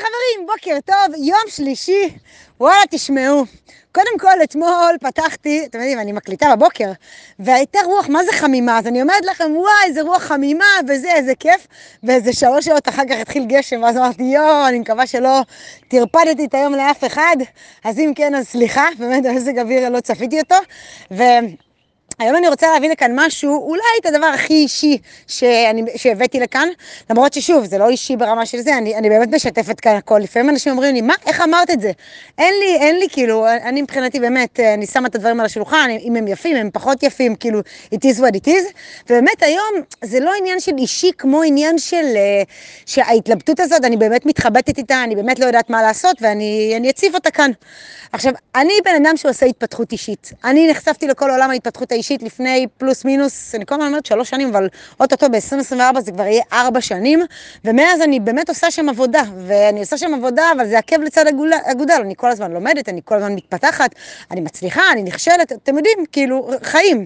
חברים, בוקר טוב, יום שלישי, וואלה תשמעו, קודם כל אתמול פתחתי, אתם יודעים, אני מקליטה בבוקר, והייתה רוח, מה זה חמימה? אז אני אומרת לכם, וואי, איזה רוח חמימה, וזה, איזה כיף, ואיזה 3 שעות אחר כך התחיל גשם, ואז אמרתי, אני מקווה שלא תרפדתי את היום לאף אחד, אז אם כן, אז סליחה, באמת, איזה גביר לא צפיתי אותו, היום אני רוצה להביא לכאן משהו, אולי את הדבר הכי אישי שהבאתי לכאן, למרות ששוב, זה לא אישי ברמה של זה, אני באמת משתפת כאן הכל. לפעמים אנשים אומרים לי, מה, איך אמרת את זה? אין לי, כאילו, אני מבחינתי באמת, אני שמה את הדברים על השולחן, אם הם יפים, הם פחות יפים, כאילו, it is what it is, ובאמת היום, זה לא עניין של אישי, כמו עניין שההתלבטות הזאת, אני באמת מתחבטת איתה, אני באמת לא יודעת מה לעשות, ואני אציף אותה כאן. עכשיו, אני בן אדם שעושה התפתחות אישית. אני נחשפתי לכל עולם ההתפתחות האישית לפני פלוס מינוס, אני כל הזמן אומרת 3 שנים, אבל אוטוטו ב-2024 זה כבר יהיה 4 שנים, ומאז אני באמת עושה שם עבודה, ואני עושה שם עבודה, אבל זה עקב לצד אגודל, אני כל הזמן לומדת, אני כל הזמן מתפתחת, אני מצליחה, אני נכשלת, אתם יודעים, כאילו, חיים.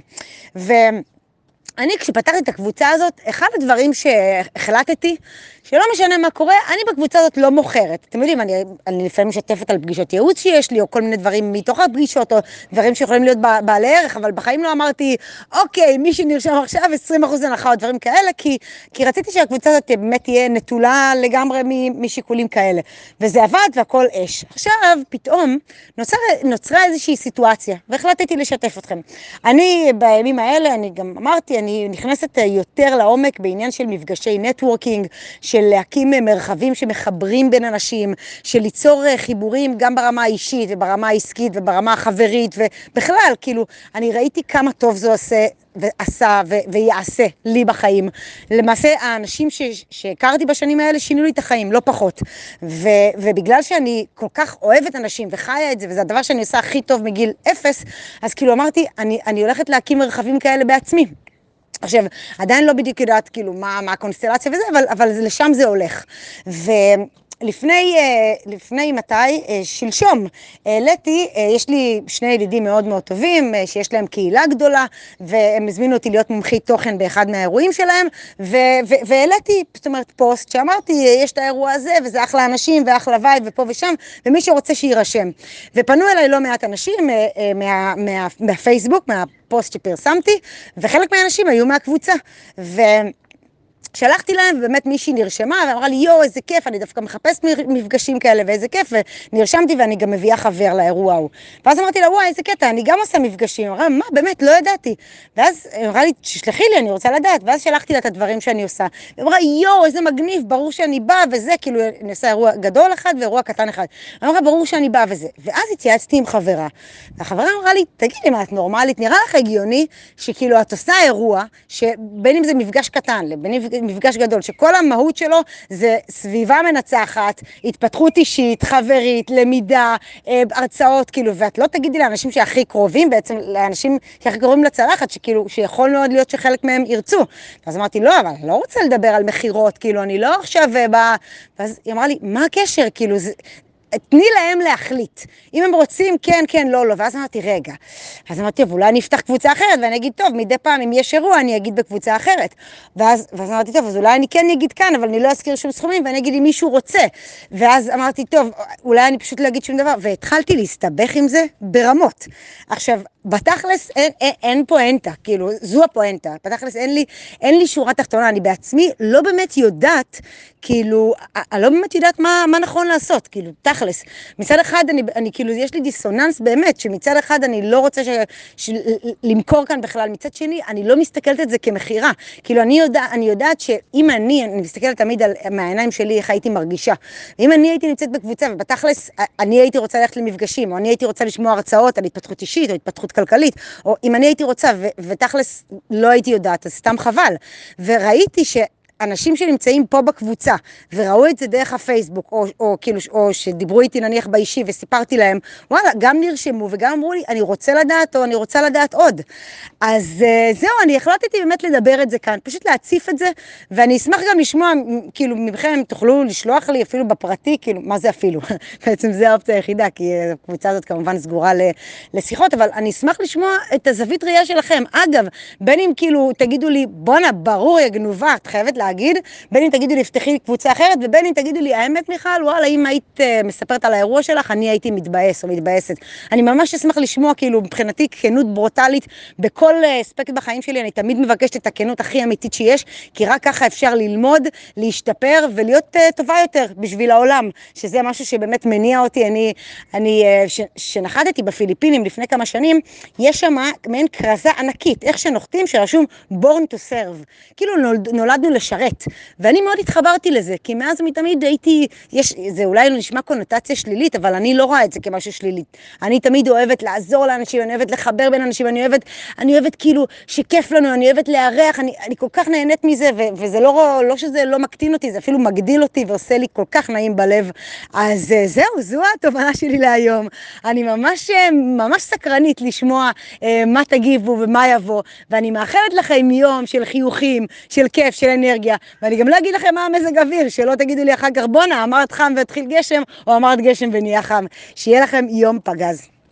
אני כשפתחתי את הקבוצה הזאת, אחד הדברים שהחלטתי, שלא משנה מה קורה, אני בקבוצה הזאת לא מוכרת. אתם יודעים, אני לפעמים משתפת על פגישות ייעוץ שיש לי, או כל מיני דברים מתוך הפגישות, או דברים שיכולים להיות בעלי ערך, אבל בחיים לא אמרתי, אוקיי, מי שנרשם עכשיו 20% הנחה או דברים כאלה, כי רציתי שהקבוצה הזאת באמת תהיה נטולה לגמרי משיקולים כאלה. וזה עבד והכל אש. עכשיו, פתאום, נוצרה איזושהי סיטואציה, והחלטתי לשתף אתכם. אני בימים האלה, אני גם אמרתי, אני נכנסת יותר לעומק בעניין של מפגשי נטוורקינג, של להקים מרחבים שמחברים בין אנשים, של ליצור חיבורים גם ברמה האישית וברמה העסקית וברמה החברית, ובכלל, כאילו, אני ראיתי כמה טוב זה עשה ויעשה לי בחיים. למעשה, האנשים שהכרתי בשנים האלה שינו לי את החיים, לא פחות. ובגלל שאני כל כך אוהבת אנשים וחיה את זה, וזה הדבר שאני עושה הכי טוב מגיל 0, אז כאילו אמרתי, אני הולכת להקים מרחבים כאלה בעצמי. עכשיו, עדיין לא בדיוק יודעת כאילו מה הקונסטלציה וזה, אבל לשם זה הולך. לפני מתי, שלשום, העליתי, יש לי 2 ידידים מאוד מאוד טובים, שיש להם קהילה גדולה, והם הזמינו אותי להיות מומחית תוכן באחד מהאירועים שלהם, והעליתי, זאת אומרת, פוסט שאמרתי, יש את האירוע הזה, וזה אחלה אנשים, ואחלה וייב, ופה ושם, ומי שרוצה שירשם. ופנו אליי לא מעט אנשים מהפייסבוק, מהפוסט שפרסמתי, וחלק מהאנשים היו מהקבוצה, שלחתי להם, ובאמת מישהי נרשמה, ואמרה לי, איזה כיף, אני דווקא מחפש מפגשים כאלה, ואיזה כיף, ונרשמתי, ואני גם מביאה חבר לאירוע ההוא. ואז אמרתי לה, איזה קטע, אני גם עושה מפגשים. אמרה, מה, באמת, לא ידעתי. ואז אמרה לי, תשלחי לי, אני רוצה לדעת. ואז שלחתי לה את הדברים שאני עושה. ואמרה, איזה מגניב, ברור שאני באה, וזה, כאילו, אני עושה אירוע גדול אחד, ואירוע קטן אחד. אמרה, ברור שאני באה, וזה. ואז התייעצתי עם חברה. והחברה אמרה לי, תגידי, מה, את נורמלית? נראה לך הגיוני שכאילו את עושה אירוע, שבין אם זה מפגש קטן, לבין מפגש גדול, שכל המהות שלו זה סביבה מנצחת, התפתחות אישית, חברית, למידה, הרצאות, כאילו, ואת לא תגידי לאנשים שהכי קרובים, בעצם לאנשים שהכי קרובים לצלחת, שכאילו, שיכול מאוד להיות שחלק מהם ירצו. ואז אמרתי, לא, אבל אני לא רוצה לדבר על מחירות, כאילו, אני לא עכשיו ואז היא אמרה לי, מה הקשר? כאילו, תני להם להחליט. אם הם רוצים, כן, לא. ואז אמרתי, רגע. אז אמרתי, אולי אני אפתח קבוצה אחרת, ואני אגיד, טוב, מדי פעם, אם יש אירוע, אני אגיד בקבוצה אחרת. ואז אמרתי, טוב, אז אולי אני כן אגיד כאן, אבל אני לא אזכיר שום סכומים, ואני אגיד אם מישהו רוצה. ואז אמרתי, טוב, אולי אני פשוט לא אגיד שום דבר, והתחלתי להסתבך עם זה ברמות. עכשיו, בתכלס אין פואנטה, כאילו, זו הפואנטה. בתכלס אין לי שורה תחתונה, אני בעצמי לא באמת יודעת, כאילו, אני לא באמת יודעת מה נכון לעשות, כאילו, תכלס. מצד אחד, אני כאילו, יש לי דיסוננס באמת, שמצד אחד אני לא רוצה למכור כאן בכלל, מצד שני, אני לא מסתכלת את זה כמחירה. כאילו, אני יודעת שאם אני מסתכלת תמיד מהעיניים שלי, איך הייתי מרגישה. ואם אני הייתי נמצאת בקבוצה, ובתכלס, אני הייתי רוצה ללכת למפגשים, או אני הייתי רוצה לשמוע הרצאות על התפתחות אישית, או התפתחות כלכלית, או אם אני הייתי רוצה, ותכלס לא הייתי יודעת, אז סתם חבל. וראיתי אנשים שנמצאים פה בקבוצה, וראו את זה דרך הפייסבוק, או שדיברו איתי נניח באישי, וסיפרתי להם, וואלה, גם נרשמו, וגם אמרו לי, אני רוצה לדעת, או אני רוצה לדעת עוד. אז זהו, אני החלטתי באמת לדבר את זה כאן, פשוט להציף את זה, ואני אשמח גם לשמוע, כאילו, מבכם תוכלו לשלוח לי אפילו בפרטי, כאילו, מה זה אפילו? בעצם זה האופציה היחידה, כי הקבוצה הזאת כמובן סגורה לשיחות, אבל אני אשמח לשמוע את הזווית ראייה שלכם. אגב, בין אם כאילו תגידו לי, בונה, ברור, יא גנובה, את חייבת להגיד, בין אם תגידו לי, פתחי לי קבוצה אחרת, ובין אם תגידו לי, האמת מיכל, וואלה, אם היית מספרת על האירוע שלך, אני הייתי מתבאס או מתבאסת. אני ממש אשמח לשמוע, כאילו, מבחינתי, כנות ברוטלית, בכל אספקט בחיים שלי, אני תמיד מבקשת את הכנות הכי אמיתית שיש, כי רק ככה אפשר ללמוד, להשתפר ולהיות טובה יותר בשביל העולם, שזה משהו שבאמת מניע אותי. שנחתתי בפיליפינים לפני כמה שנים, יש שם מעין קרזה ענקית, איך שנוחתים שרשום born to serve, כאילו נולדנו לשרת, ואני מאוד התחברתי לזה, כי מאז מתמיד הייתי, זה אולי נשמע קונוטציה שלילית, אבל אני לא רואה את זה כמשהו שלילית. אני תמיד אוהבת לעזור לאנשים, אני אוהבת לחבר בין אנשים, אני אוהבת כאילו שכיף לנו, אני אוהבת לארח, אני כל כך נהנית מזה, וזה לא שזה לא מקטין אותי, זה אפילו מגדיל אותי ועושה לי כל כך נעים בלב. אז זהו, זו התובנה שלי להיום. אני ממש סקרנית לשמוע מה תגיבו ומה יבוא, ואני מאחלת לכם יום של חיוכים, של כיף, של אנרגיה, ואני גם לא אגיד לכם מה המזג אוויר, שלא תגידו לי אחר כך, בונה, אמרת חם והתחיל גשם, או אמרת גשם ונהיה חם. שיהיה לכם יום פגז.